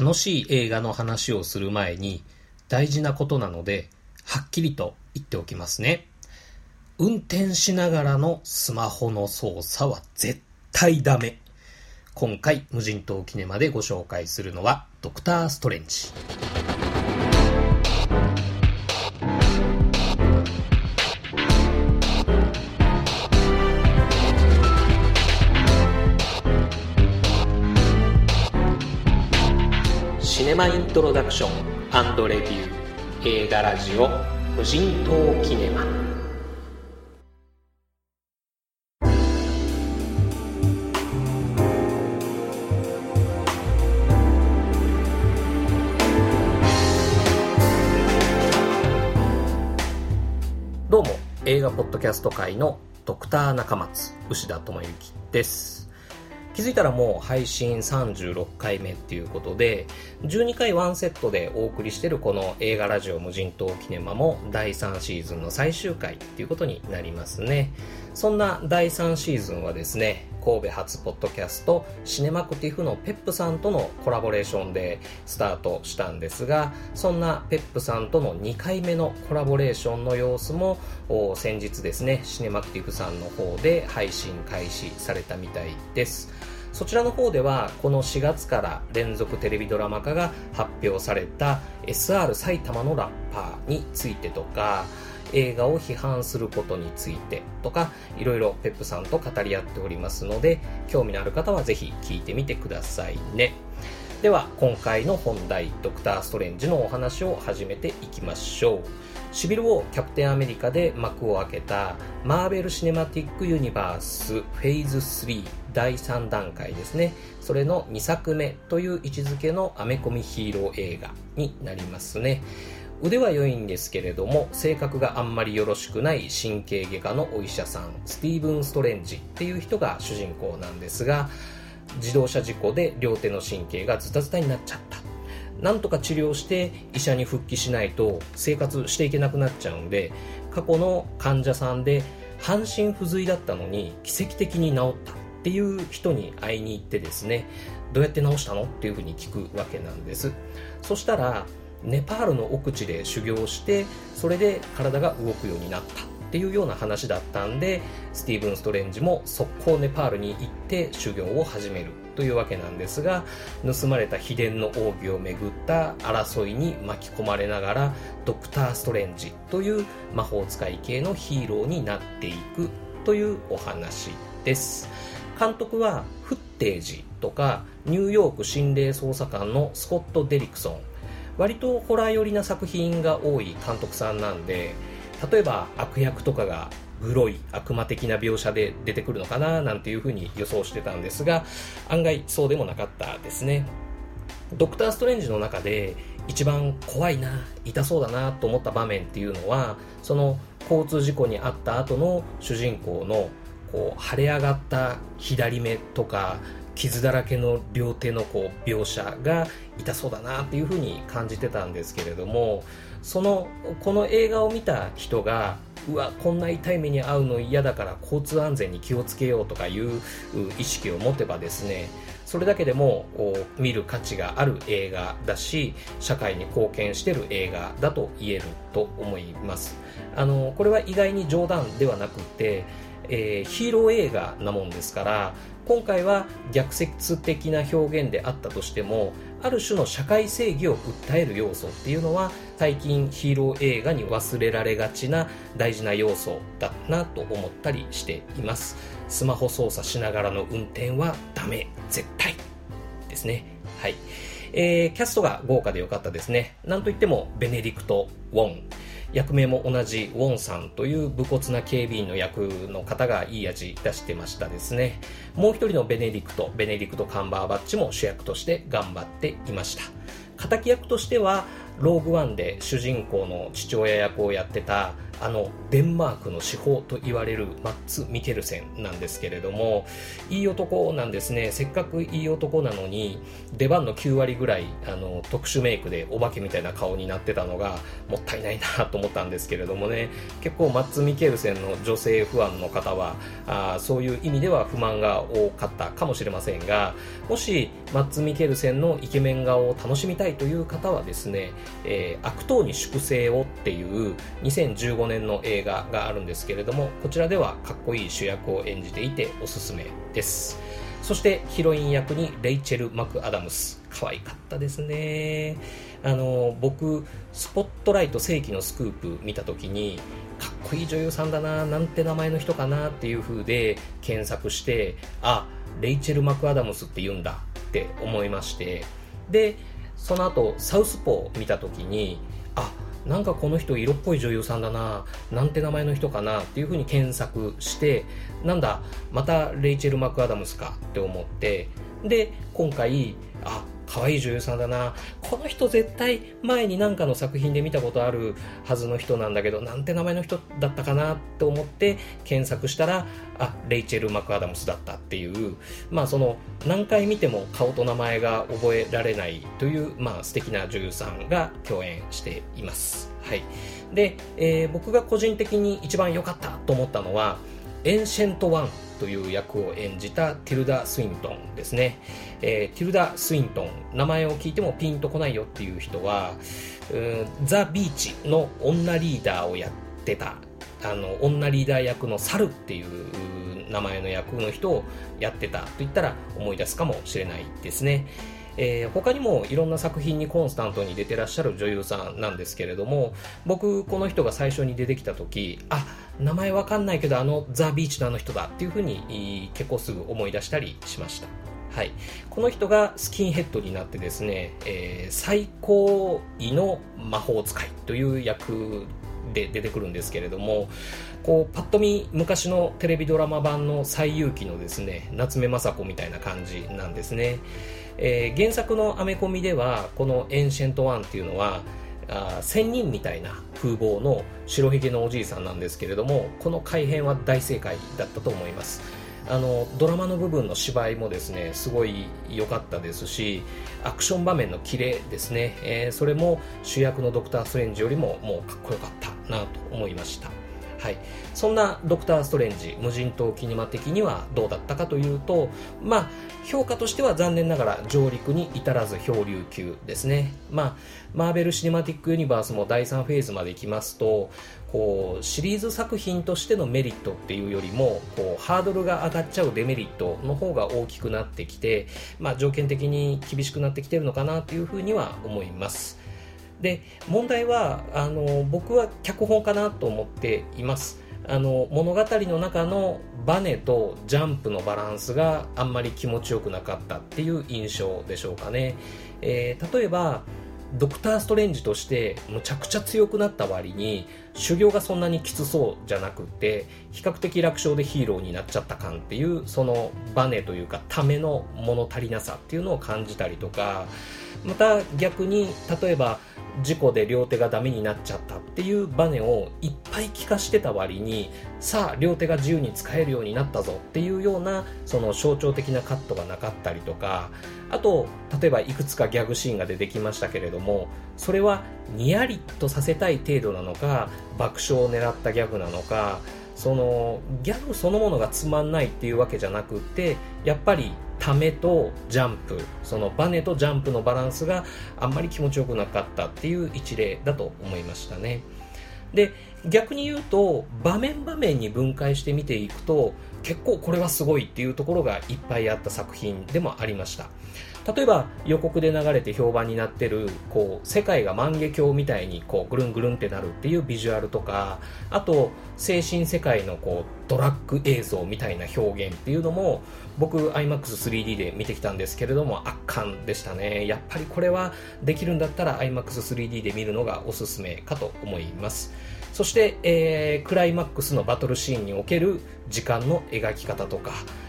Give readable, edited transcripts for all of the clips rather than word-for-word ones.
楽しい映画の話をする前に大事なことなのではっきりと言っておきますね。運転しながらのスマホの操作は絶対ダメ。今回無人島キネマでご紹介するのはドクターストレンジ。シネマイントロダクション&レビュー映画ラジオ無人島キネマ。どうも、映画ポッドキャスト界のドクター中松牛田智之です。気づいたらもう配信36回目っていうことで、12回ワンセットでお送りしているこの映画ラジオ無人島キネマも第3シーズンの最終回っていうことになりますね。そんな第3シーズンはですね、神戸発ポッドキャストシネマクティフのペップさんとのコラボレーションでスタートしたんですが、そんなペップさんとの2回目のコラボレーションの様子も先日ですね、シネマクティフさんの方で配信開始されたみたいです。そちらの方ではこの4月から連続テレビドラマ化が発表された SR 埼玉のラッパーについてとか、映画を批判することについてとか、いろいろペップさんと語り合っておりますので、興味のある方はぜひ聞いてみてくださいね。では今回の本題、ドクターストレンジのお話を始めていきましょう。シビル・ウォー・キャプテン・アメリカで幕を開けたマーベル・シネマティック・ユニバースフェーズ3第3段階ですね。それの2作目という位置づけのアメコミヒーロー映画になりますね。腕は良いんですけれども、性格があんまりよろしくない神経外科のお医者さんスティーブン・ストレンジっていう人が主人公なんですが、自動車事故で両手の神経がズタズタになっちゃった。なんとか治療して医者に復帰しないと生活していけなくなっちゃうんで、過去の患者さんで半身不随だったのに奇跡的に治ったっていう人に会いに行ってですね、どうやって治したのっていうふうに聞くわけなんです。そしたらネパールの奥地で修行して、それで体が動くようになったっていうような話だったんで、スティーブン・ストレンジも速攻ネパールに行って修行を始めるというわけなんですが、盗まれた秘伝の奥義をめぐった争いに巻き込まれながらドクター・ストレンジという魔法使い系のヒーローになっていくというお話です。監督はフッテージとかニューヨーク心霊捜査官のスコット・デリクソン、割とホラー寄りな作品が多い監督さんなんで、例えば悪役とかがグロい悪魔的な描写で出てくるのかななんていうふうに予想してたんですが、案外そうでもなかったですね。ドクターストレンジの中で一番怖いな、痛そうだなと思った場面っていうのは、その交通事故に遭った後の主人公の腫れ上がった左目とか傷だらけの両手の描写が痛そうだなっていう風に感じてたんですけれども、この映画を見た人が、うわ、こんな痛い目に遭うの嫌だから交通安全に気をつけようとかいう意識を持てばですね、それだけでも見る価値がある映画だし、社会に貢献している映画だと言えると思います。これは意外に冗談ではなくて、ヒーロー映画なもんですから、今回は逆説的な表現であったとしても、ある種の社会正義を訴える要素っていうのは最近ヒーロー映画に忘れられがちな大事な要素だなと思ったりしています。スマホ操作しながらの運転はダメ、絶対ですね。はい。キャストが豪華で良かったですね。なんといってもベネディクト・ウォン、役名も同じウォンさんという武骨な警備員の役の方がいい味出してましたですね。もう一人のベネディクトカンバーバッチも主役として頑張っていました。敵役としてはローグワンで主人公の父親役をやってたデンマークの至宝と言われるマッツ・ミケルセンなんですけれども、いい男なんですね。せっかくいい男なのに出番の9割ぐらい特殊メイクでお化けみたいな顔になってたのがもったいないなと思ったんですけれどもね、結構マッツ・ミケルセンの女性ファンの方はそういう意味では不満が多かったかもしれませんが、もしマッツ・ミケルセンのイケメン顔を楽しみたいという方はですね、悪党に粛清をっていう2015年の映画があるんですけれども、こちらではかっこいい主役を演じていておすすめです。そしてヒロイン役にレイチェル・マクアダムス、可愛かったですね。僕スポットライト世紀のスクープ見た時にかっこいい女優さんだな、なんて名前の人かなっていう風で検索して、レイチェル・マクアダムスって言うんだって思いまして、でその後サウスポー見た時になんかこの人色っぽい女優さんだな、なんて名前の人かなっていう風に検索して、なんだまたレイチェル・マクアダムスかって思って、で今回可愛い女優さんだな、この人絶対前に何かの作品で見たことあるはずの人なんだけど、なんて名前の人だったかなと思って検索したらレイチェル・マクアダムスだったっていう、その何回見ても顔と名前が覚えられないという、素敵な女優さんが共演しています。はい。で、僕が個人的に一番良かったと思ったのはエンシェント・ワンという役を演じたティルダ・スウィントンですね。ティルダ・スウィントン、名前を聞いてもピンとこないよっていう人は、ザ・ビーチの女リーダーをやってた女リーダー役のサルっていう名前の役の人をやってたと言ったら思い出すかもしれないですね。他にもいろんな作品にコンスタントに出てらっしゃる女優さんなんですけれども、僕この人が最初に出てきた時、名前わかんないけどザ・ビーチの人だっていう風に結構すぐ思い出したりしました。はい、この人がスキンヘッドになってですね、最高位の魔法使いという役で出てくるんですけれども、パッと見昔のテレビドラマ版の西遊記のですね、夏目雅子みたいな感じなんですね。原作のアメコミではこのエンシェントワンっていうのは仙人みたいな風貌の白ひげのおじいさんなんですけれども、この改編は大正解だったと思います。ドラマの部分の芝居もですねすごい良かったですし、アクション場面の綺麗ですね、それも主役のドクター・ストレンジよりももうかっこよかったなと思いました。はい、そんなドクター・ストレンジ無人島キネマ的にはどうだったかというと、評価としては残念ながら上陸に至らず漂流級ですね。マーベル・シネマティック・ユニバースも第3フェーズまで行きますと、シリーズ作品としてのメリットっていうよりもハードルが上がっちゃうデメリットの方が大きくなってきて、条件的に厳しくなってきてるのかなというふうには思います。で、問題は僕は脚本かなと思っています。物語の中のバネとジャンプのバランスがあんまり気持ちよくなかったっていう印象でしょうかね。例えばドクターストレンジとしてむちゃくちゃ強くなった割に修行がそんなにきつそうじゃなくて、比較的楽勝でヒーローになっちゃった感っていう、そのバネというかための物足りなさっていうのを感じたりとか、また逆に例えば事故で両手がダメになっちゃったっていうバネをいっぱい効かしてた割に、さあ両手が自由に使えるようになったぞっていうようなその象徴的なカットがなかったりとか、あと例えばいくつかギャグシーンが出てきましたけれども、それはニヤリとさせたい程度なのか、爆笑を狙ったギャグなのか、そのギャグそのものがつまんないっていうわけじゃなくて、やっぱりためとジャンプ、そのバネとジャンプのバランスがあんまり気持ちよくなかったっていう一例だと思いましたね。で、逆に言うと場面場面に分解して見ていくと、結構これはすごいっていうところがいっぱいあった作品でもありました。例えば予告で流れて評判になってる世界が万華鏡みたいにぐるんぐるんってなるっていうビジュアルとか、あと精神世界のドラッグ映像みたいな表現っていうのも僕 IMAX3D で見てきたんですけれども、圧巻でしたね。やっぱりこれはできるんだったら IMAX3D で見るのがおすすめかと思います。そして、クライマックスのバトルシーンにおける時間の描き方とか、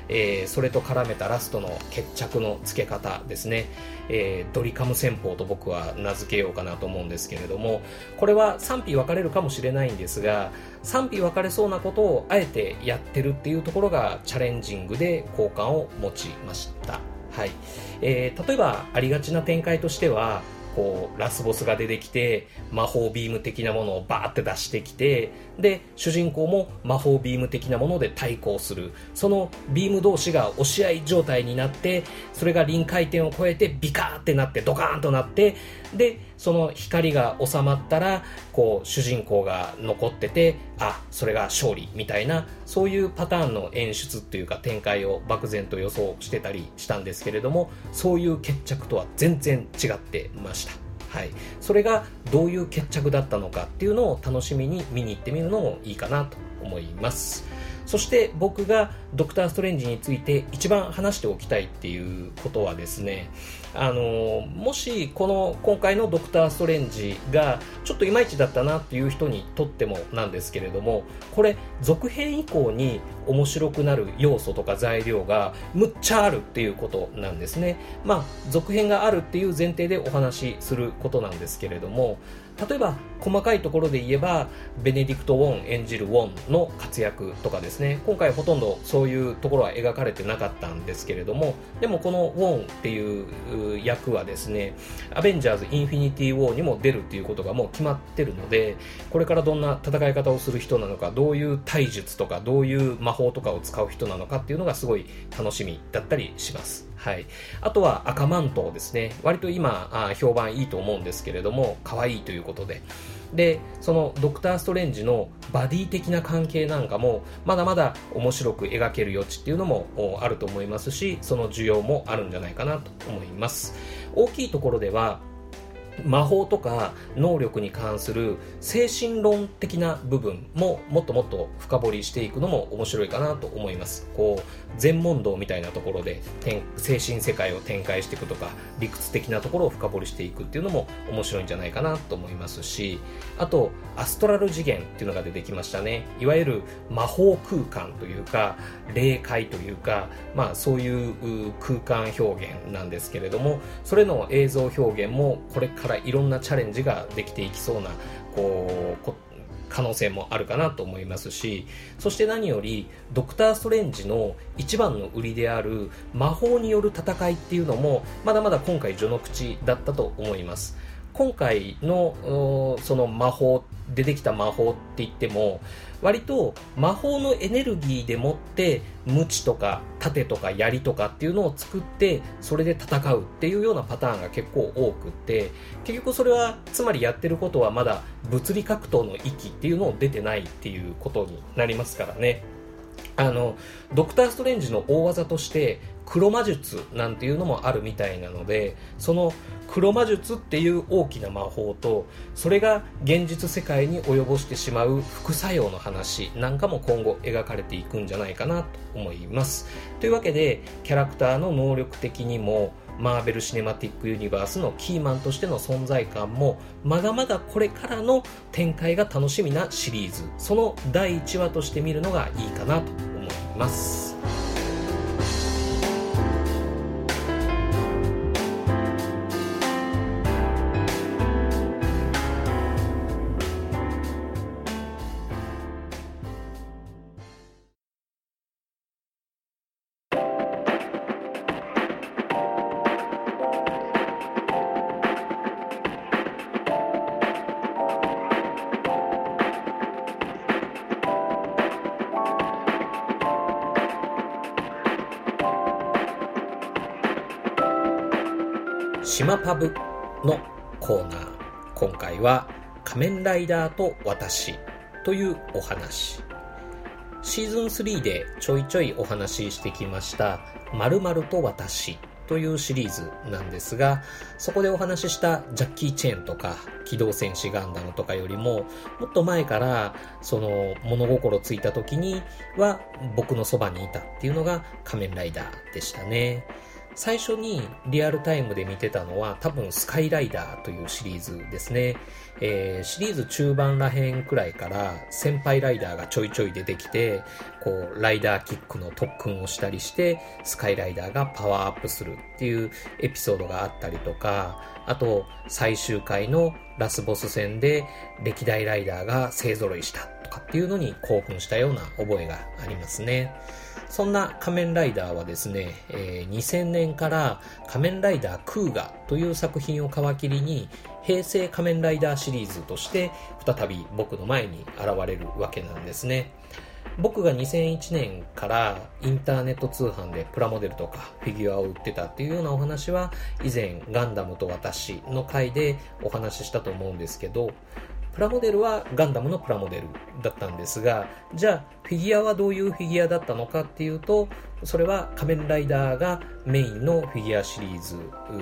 それと絡めたラストの決着のつけ方ですね、ドリカム戦法と僕は名付けようかなと思うんですけれども、これは賛否分かれるかもしれないんですが、賛否分かれそうなことをあえてやってるっていうところがチャレンジングで好感を持ちました。はい。例えばありがちな展開としては、ラスボスが出てきて魔法ビーム的なものをバーって出してきて、で主人公も魔法ビーム的なもので対抗する、そのビーム同士が押し合い状態になって、それが臨界点を超えてビカーってなってドカーンとなって、でその光が収まったら主人公が残ってて、それが勝利みたいな、そういうパターンの演出っていうか展開を漠然と予想してたりしたんですけれども、そういう決着とは全然違ってました。はい、それがどういう決着だったのかっていうのを楽しみに見に行ってみるのもいいかなと思います。そして僕がドクターストレンジについて一番話しておきたいっていうことはですね、もし今回のドクターストレンジがちょっといまいちだったなっていう人にとってもなんですけれども、これ続編以降に面白くなる要素とか材料がむっちゃあるっていうことなんですね。続編があるっていう前提でお話しすることなんですけれども、例えば細かいところで言えばベネディクト・ウォン演じるウォンの活躍とかですね、今回ほとんどそういうところは描かれてなかったんですけれども、でもこのウォンっていう役はですね、アベンジャーズ・インフィニティ・ウォーにも出るっていうことがもう決まってるので、これからどんな戦い方をする人なのか、どういう体術とかどういう魔法とかを使う人なのかっていうのがすごい楽しみだったりします。はい、あとは赤マントですね、割と今評判いいと思うんですけれども、可愛いということで、そのドクターストレンジのバディ的な関係なんかもまだまだ面白く描ける余地っていうのもあると思いますし、その需要もあるんじゃないかなと思います。大きいところでは魔法とか能力に関する精神論的な部分ももっともっと深掘りしていくのも面白いかなと思います。全問答みたいなところで精神世界を展開していくとか、理屈的なところを深掘りしていくっていうのも面白いんじゃないかなと思いますし、あとアストラル次元っていうのが出てきましたね。いわゆる魔法空間というか霊界というか、そういう空間表現なんですけれども、それの映像表現もこれからいろんなチャレンジができていきそうな可能性もあるかなと思いますし、そして何よりドクターストレンジの一番の売りである魔法による戦いっていうのもまだまだ今回序の口だったと思います。今回のその魔法、出てきた魔法って言っても割と魔法のエネルギーでもって鞭とか盾とか槍とかっていうのを作ってそれで戦うっていうようなパターンが結構多くって、結局それはつまりやってることはまだ物理格闘の域っていうのを出てないっていうことになりますからね。ドクターストレンジの大技として黒魔術なんていうのもあるみたいなので、その黒魔術っていう大きな魔法とそれが現実世界に及ぼしてしまう副作用の話なんかも今後描かれていくんじゃないかなと思います。というわけでキャラクターの能力的にもマーベル・シネマティック・ユニバースのキーマンとしての存在感もまだまだこれからの展開が楽しみなシリーズ、その第1話として見るのがいいかなと思います。島パブのコーナー、今回は仮面ライダーと私というお話。シーズン3でちょいちょいお話ししてきました〇〇と私というシリーズなんですが、そこでお話ししたジャッキー・チェーンとか機動戦士ガンダムとかよりももっと前からその物心ついた時には僕のそばにいたっていうのが仮面ライダーでしたね。 最初にリアルタイムで見てたのは多分スカイライダーというシリーズですね。シリーズ中盤らへんくらいから先輩ライダーがちょいちょい出てきて、ライダーキックの特訓をしたりしてスカイライダーがパワーアップするっていうエピソードがあったりとか、あと最終回のラスボス戦で歴代ライダーが勢揃いしたとかっていうのに興奮したような覚えがありますね。そんな仮面ライダーはですね、2000年から仮面ライダークーガという作品を皮切りに平成仮面ライダーシリーズとして再び僕の前に現れるわけなんですね。僕が2001年からインターネット通販でプラモデルとかフィギュアを売ってたっていうようなお話は以前ガンダムと私の回でお話ししたと思うんですけど、プラモデルはガンダムのプラモデルだったんですが、じゃあフィギュアはどういうフィギュアだったのかっていうと、それは仮面ライダーがメインのフィギュアシリーズ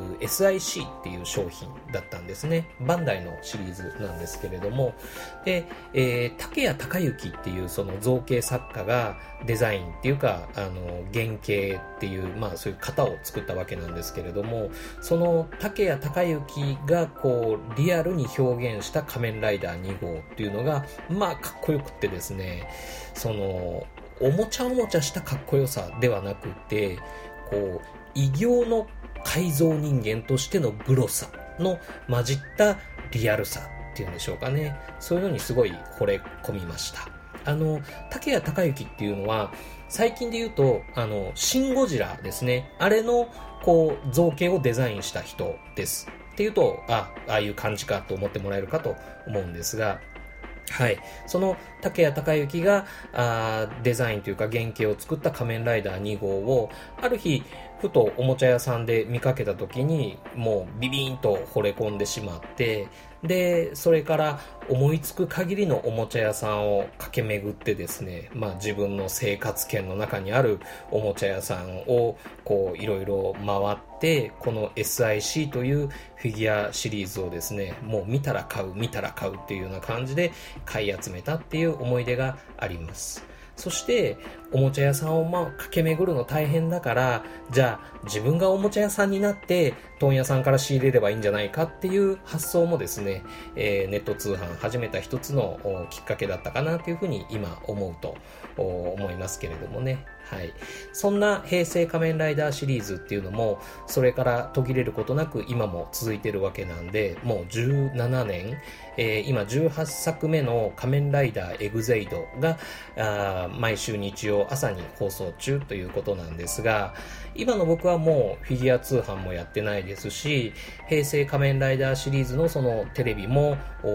SIC っていう商品だったんですね。バンダイのシリーズなんですけれども、で、竹谷隆之っていうその造形作家がデザインっていうか原型っていうそういう型を作ったわけなんですけれども、その竹谷隆之がリアルに表現した仮面ライダー2号っていうのがかっこよくってですね、おもちゃしたかっこよさではなくて、異形の改造人間としてのグロさの混じったリアルさっていうんでしょうかね。そういうのにすごい惚れ込みました。竹谷隆之っていうのは最近で言うとシン・ゴジラですね、あれの造形をデザインした人ですっていうと、ああいう感じかと思ってもらえるかと思うんですが、はい。その竹谷隆之がデザインというか原型を作った仮面ライダー2号をある日ふとおもちゃ屋さんで見かけた時にもうビビーンと惚れ込んでしまって、でそれから思いつく限りのおもちゃ屋さんを駆け巡ってですね、自分の生活圏の中にあるおもちゃ屋さんをいろいろ回って、この SIC というフィギュアシリーズをですね、もう見たら買うっていうような感じで買い集めたっていう思い出があります。そしておもちゃ屋さんを駆け巡るの大変だから、じゃあ自分がおもちゃ屋さんになって問屋さんから仕入れればいいんじゃないかっていう発想もですね、ネット通販始めた一つのきっかけだったかなというふうに今思うと思いますけれどもね。はい。そんな平成仮面ライダーシリーズっていうのもそれから途切れることなく今も続いてるわけなんで、もう17年、今18作目の仮面ライダーエグゼイドが毎週日曜朝に放送中ということなんですが、今の僕はもうフィギュア通販もやってないですし、平成仮面ライダーシリーズのそのテレビも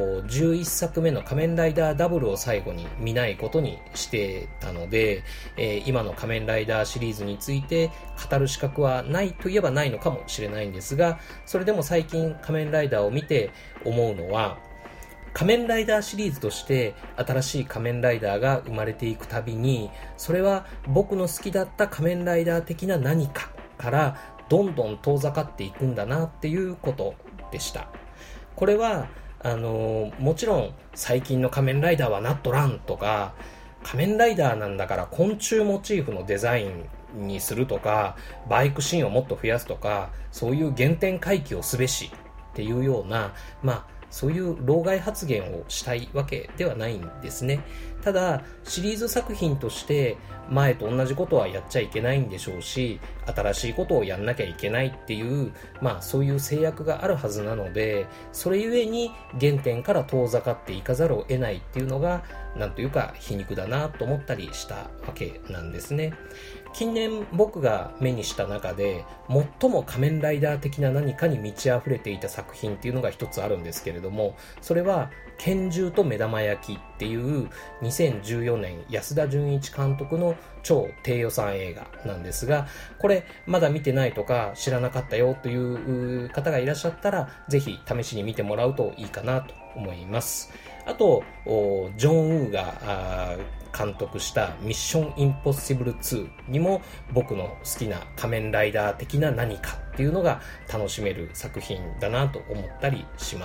11作目の仮面ライダーダブルを最後に見ないことにしてたので、今の仮面ライダーシリーズについて語る資格はないといえばないのかもしれないんですが、それでも最近仮面ライダーを見て思うのは、仮面ライダーシリーズとして新しい仮面ライダーが生まれていくたびに、それは僕の好きだった仮面ライダー的な何かからどんどん遠ざかっていくんだなっていうことでした。これはもちろん最近の仮面ライダーはなっとらんとか、仮面ライダーなんだから昆虫モチーフのデザインにするとか、バイクシーンをもっと増やすとか、そういう原点回帰をすべしっていうような、そういう老害発言をしたいわけではないんですね。ただシリーズ作品として前と同じことはやっちゃいけないんでしょうし、新しいことをやんなきゃいけないっていうそういう制約があるはずなので、それゆえに原点から遠ざかっていかざるを得ないっていうのがなんというか皮肉だなと思ったりしたわけなんですね。近年僕が目にした中で最も仮面ライダー的な何かに満ち溢れていた作品っていうのが一つあるんですけれども、それは拳銃と目玉焼きっていう2014年安田純一監督の超低予算映画なんですが、これまだ見てないとか知らなかったよという方がいらっしゃったら、ぜひ試しに見てもらうといいかなと思います。あとジョン・ウーが監督したミッションインポッシブル2にも僕の好きな仮面ライダー的な何かっていうのが楽しめる作品だなと思ったりします。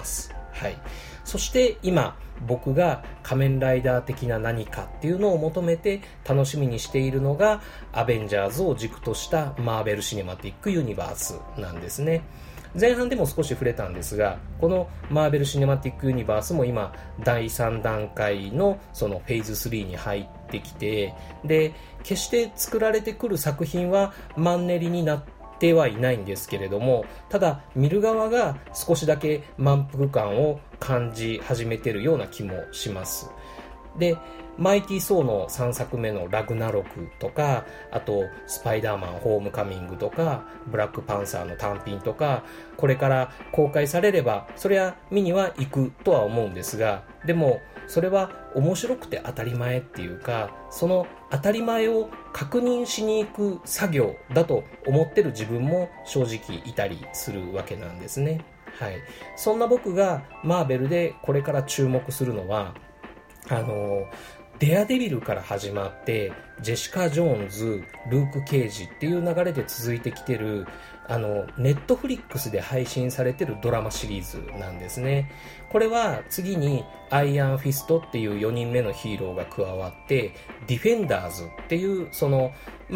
はい。そして今、僕が仮面ライダー的な何かっていうのを求めて楽しみにしているのが、アベンジャーズを軸としたマーベル・シネマティック・ユニバースなんですね。前半でも少し触れたんですが、このマーベル・シネマティック・ユニバースも今第3段階のそのフェーズ3に入ってきて、で決して作られてくる作品はマンネリになってはいないんですけれども、ただ見る側が少しだけ満腹感を感じ始めてるような気もします。でマイティー・ソーの3作目のラグナロクとか、あとスパイダーマンホームカミングとか、ブラックパンサーの単品とか、これから公開されればそれは見には行くとは思うんですが、でもそれは面白くて当たり前っていうか、その当たり前を確認しに行く作業だと思ってる自分も正直いたりするわけなんですね。はい、そんな僕がマーベルでこれから注目するのは、デアデビルから始まってジェシカ・ジョーンズ、ルーク・ケイジっていう流れで続いてきてるネットフリックスで配信されてるドラマシリーズなんですね。これは次にアイアンフィストっていう4人目のヒーローが加わって、ディフェンダーズっていうその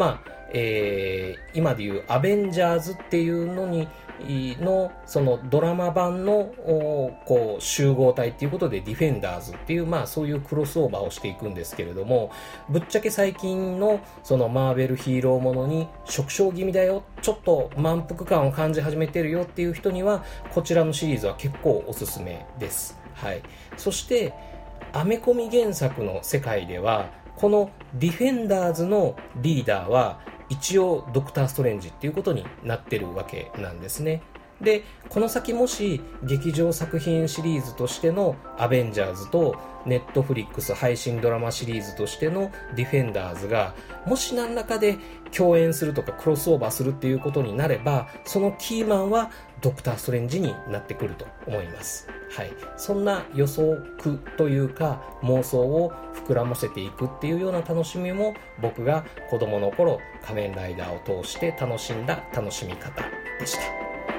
今でいうアベンジャーズっていうのにのそのドラマ版のこう集合体っていうことでディフェンダーズっていうそういうクロスオーバーをしていくんですけれども、ぶっちゃけ最近のそのマーベルヒーローものに縮小気味だよ、ちょっと満腹感を感じ始めてるよっていう人にはこちらのシリーズは結構おすすめです。はい。そしてアメコミ原作の世界ではこのディフェンダーズのリーダーは一応ドクターストレンジっていうことになってるわけなんですね。でこの先もし劇場作品シリーズとしてのアベンジャーズとネットフリックス配信ドラマシリーズとしてのディフェンダーズがもし何らかで共演するとかクロスオーバーするっていうことになれば、そのキーマンはドクターストレンジになってくると思います。はい、そんな予測というか妄想を膨らませていくっていうような楽しみも、僕が子供の頃仮面ライダーを通して楽しんだ楽しみ方でした。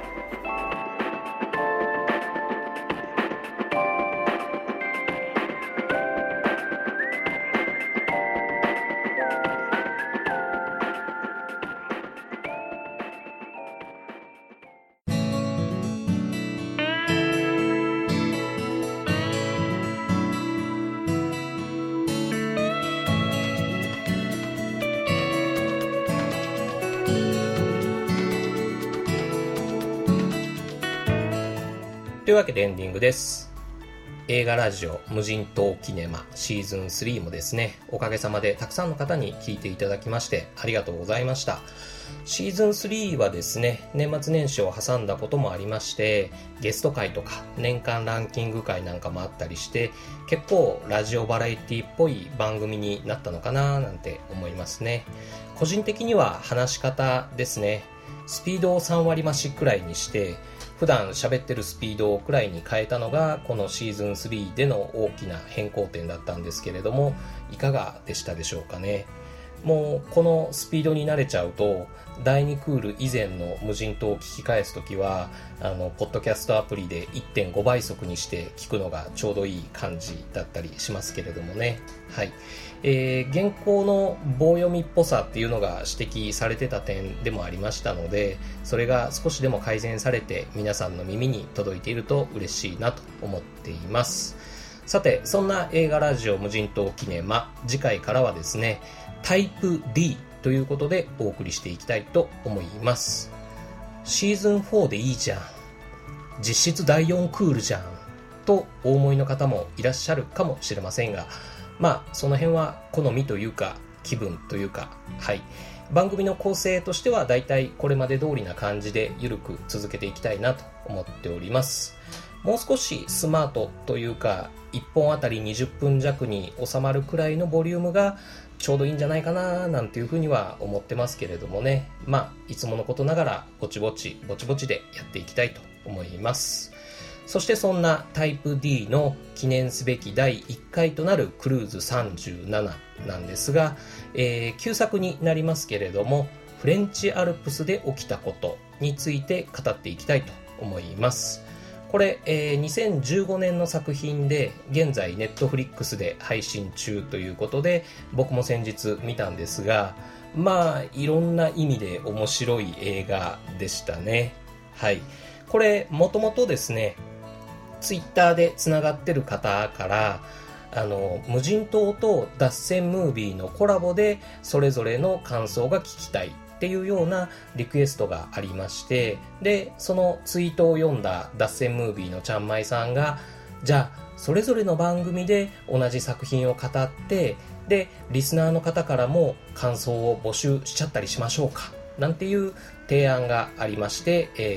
というわけでエンディングです。映画ラジオ無人島キネマシーズン3もですね、おかげさまでたくさんの方に聞いていただきましてありがとうございました。シーズン3はですね、年末年始を挟んだこともありまして、ゲスト会とか年間ランキング会なんかもあったりして、結構ラジオバラエティっぽい番組になったのかななんて思いますね。個人的には話し方ですね。スピードを3割増しくらいにして、普段喋ってるスピードくらいに変えたのがこのシーズン3での大きな変更点だったんですけれども、いかがでしたでしょうかね。もうこのスピードに慣れちゃうと、第2クール以前の無人島を聞き返すときはポッドキャストアプリで 1.5 倍速にして聞くのがちょうどいい感じだったりしますけれどもね。はい。原稿の棒読みっぽさっていうのが指摘されてた点でもありましたので、それが少しでも改善されて皆さんの耳に届いていると嬉しいなと思っています。さて、そんな映画ラジオ無人島キネマ、次回からはですね、タイプ D ということでお送りしていきたいと思います。シーズン4でいいじゃん、実質第4クールじゃんとお思いの方もいらっしゃるかもしれませんが、その辺は好みというか気分というか、はい、番組の構成としてはだいたいこれまで通りな感じでゆるく続けていきたいなと思っております。もう少しスマートというか1本あたり20分弱に収まるくらいのボリュームがちょうどいいんじゃないかななんていうふうには思ってますけれどもね。いつものことながらぼちぼちでやっていきたいと思います。そしてそんなタイプ D の記念すべき第1回となるクルーズ37なんですが、旧作になりますけれども、フレンチアルプスで起きたことについて語っていきたいと思います。 これ、2015年の作品で現在ネットフリックスで配信中ということで、僕も先日見たんですが、まあいろんな意味で面白い映画でしたね。はい。これもともとですね、ツイッターでつながってる方から無人島と脱線ムービーのコラボでそれぞれの感想が聞きたいっていうようなリクエストがありまして、でそのツイートを読んだ脱線ムービーのちゃんまいさんが、じゃあそれぞれの番組で同じ作品を語って、でリスナーの方からも感想を募集しちゃったりしましょうかなんていう提案がありまして、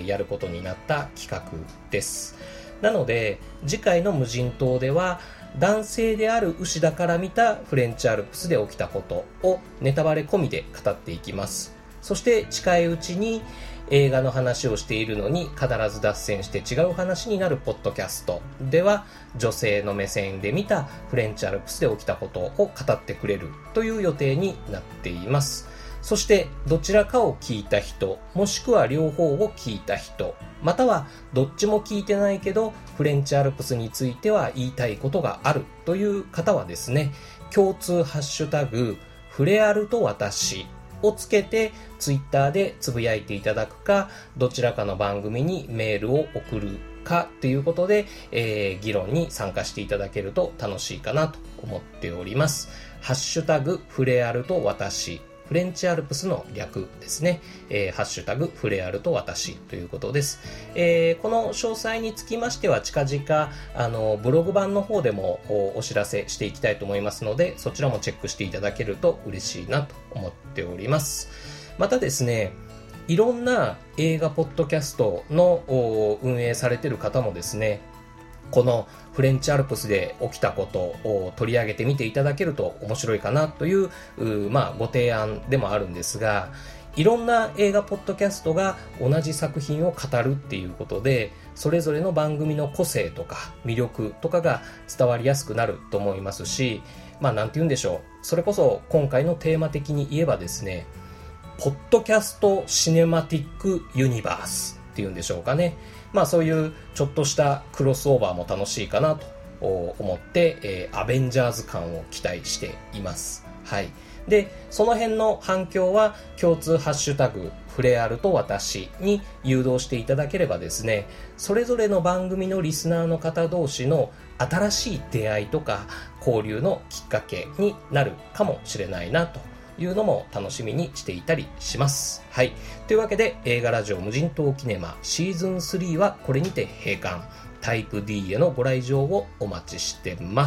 やることになった企画です。なので次回の無人島では男性である牛田から見たフレンチアルプスで起きたことをネタバレ込みで語っていきます。そして近いうちに映画の話をしているのに必ず脱線して違う話になるポッドキャストでは、女性の目線で見たフレンチアルプスで起きたことを語ってくれるという予定になっています。そしてどちらかを聞いた人、もしくは両方を聞いた人、またはどっちも聞いてないけどフレンチアルプスについては言いたいことがあるという方はですね、共通ハッシュタグフレアルと私をつけてツイッターでつぶやいていただくか、どちらかの番組にメールを送るかということで、議論に参加していただけると楽しいかなと思っております。ハッシュタグフレアルと私、フレンチアルプスの略ですね。ハッシュタグフレアルと私ということです。この詳細につきましては近々ブログ版の方でもお知らせしていきたいと思いますので、そちらもチェックしていただけると嬉しいなと思っております。またですね、いろんな映画ポッドキャストの運営されている方もですね、このフレンチアルプスで起きたことを取り上げてみていただけると面白いかなというご提案でもあるんですが、いろんな映画ポッドキャストが同じ作品を語るっていうことで、それぞれの番組の個性とか魅力とかが伝わりやすくなると思いますし、なんて言うんでしょう、それこそ今回のテーマ的に言えばですね、ポッドキャストシネマティックユニバースっていうんでしょうかね。そういうちょっとしたクロスオーバーも楽しいかなと思って、アベンジャーズ感を期待しています。はい。で、その辺の反響は共通ハッシュタグフレアルと私に誘導していただければですね、それぞれの番組のリスナーの方同士の新しい出会いとか交流のきっかけになるかもしれないなというのも楽しみにしていたりします。はい。というわけで映画ラジオ無人島キネマシーズン3はこれにて閉館。タイプ D へのご来場をお待ちしてます。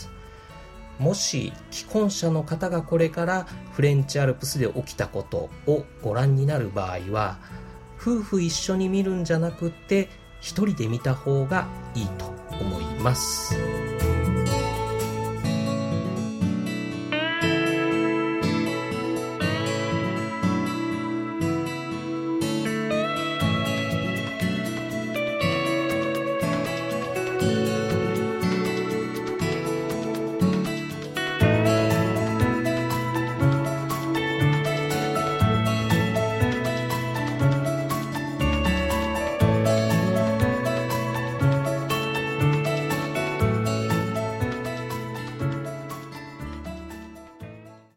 もし既婚者の方がこれからフレンチアルプスで起きたことをご覧になる場合は、夫婦一緒に見るんじゃなくって一人で見た方がいいと思います。